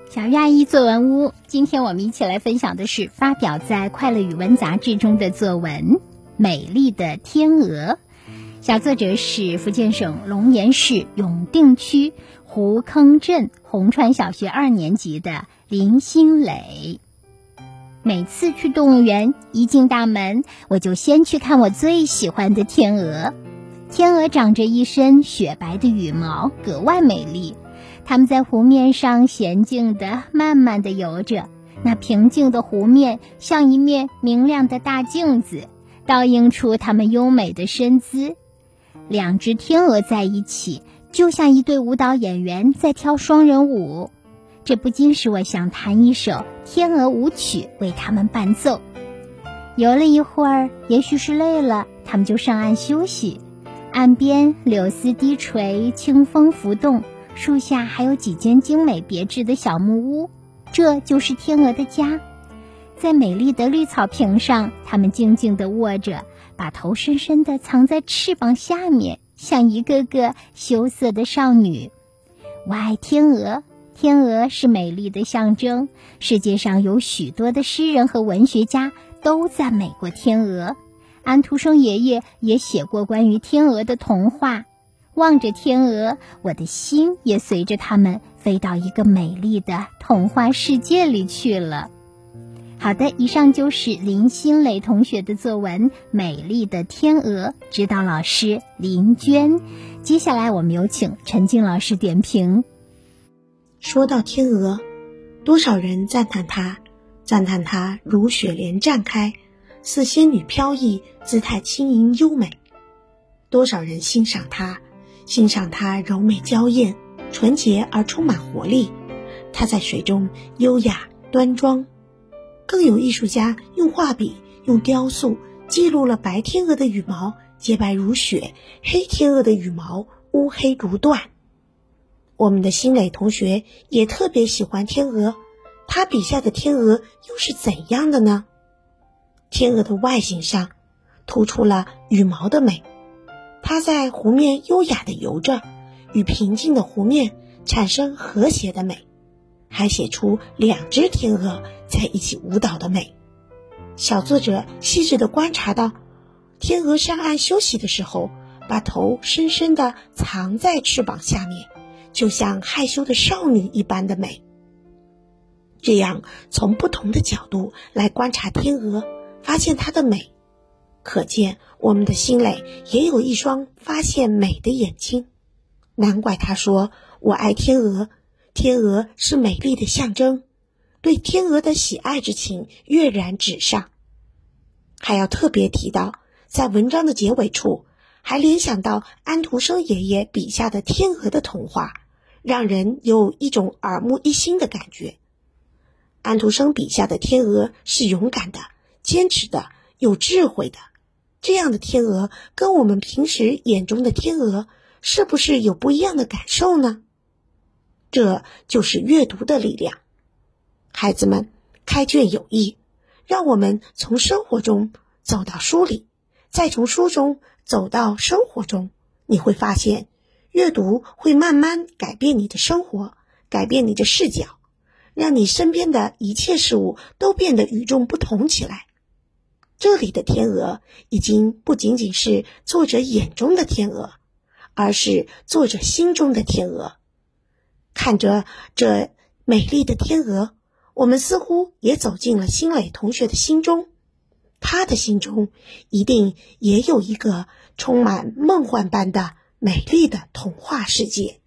小鱼阿姨作文屋，今天我们一起来分享的是发表在《快乐语文》杂志中的作文《美丽的天鹅》，小作者是福建省龙岩市永定区湖坑镇红川小学2年级的林新磊。每次去动物园，一进大门，我就先去看我最喜欢的天鹅。天鹅长着一身雪白的羽毛，格外美丽。它们在湖面上娴静地、慢慢地游着，那平静的湖面像一面明亮的大镜子，倒映出它们优美的身姿。两只天鹅在一起，就像一对舞蹈演员在跳双人舞。这不禁使我想弹一首天鹅舞曲为它们伴奏。游了一会儿，也许是累了，它们就上岸休息。岸边柳丝低垂，清风浮动，树下还有几间精美别致的小木屋，这就是天鹅的家。在美丽的绿草坪上，它们静静地卧着，把头深深地藏在翅膀下面，像一个个羞涩的少女。我爱天鹅，天鹅是美丽的象征。世界上有许多的诗人和文学家都赞美过天鹅。安徒生爷爷也写过关于天鹅的童话。望着天鹅，我的心也随着它们飞到一个美丽的童话世界里去了。好的，以上就是林新磊同学的作文《美丽的天鹅》，指导老师林娟。接下来我们有请陈静老师点评。 说到天鹅，多少人赞叹它如雪莲绽开，似仙女飘逸，姿态轻盈优美。多少人欣赏它柔美娇艳，纯洁而充满活力。它在水中优雅端庄。更有艺术家用画笔、用雕塑记录了白天鹅的羽毛洁白如雪，黑天鹅的羽毛乌黑如缎。我们的新磊同学也特别喜欢天鹅，他笔下的天鹅又是怎样的呢？天鹅的外形上突出了羽毛的美，它在湖面优雅地游着，与平静的湖面产生和谐的美，还写出两只天鹅在一起舞蹈的美。小作者细致地观察到，天鹅上岸休息的时候，把头深深地藏在翅膀下面，就像害羞的少女一般的美。这样从不同的角度来观察天鹅，发现它的美，可见我们的新磊也有一双发现美的眼睛。难怪他说，我爱天鹅，天鹅是美丽的象征，对天鹅的喜爱之情跃然纸上。还要特别提到，在文章的结尾处还联想到安徒生爷爷笔下的天鹅的童话，让人有一种耳目一新的感觉。安徒生笔下的天鹅是勇敢的、坚持的、有智慧的。这样的天鹅跟我们平时眼中的天鹅是不是有不一样的感受呢？这就是阅读的力量。孩子们，开卷有益，让我们从生活中走到书里，再从书中走到生活中。你会发现，阅读会慢慢改变你的生活，改变你的视角，让你身边的一切事物都变得与众不同起来。这里的天鹅已经不仅仅是作者眼中的天鹅，而是作者心中的天鹅。看着这美丽的天鹅，我们似乎也走进了新磊同学的心中。他的心中一定也有一个充满梦幻般的美丽的童话世界。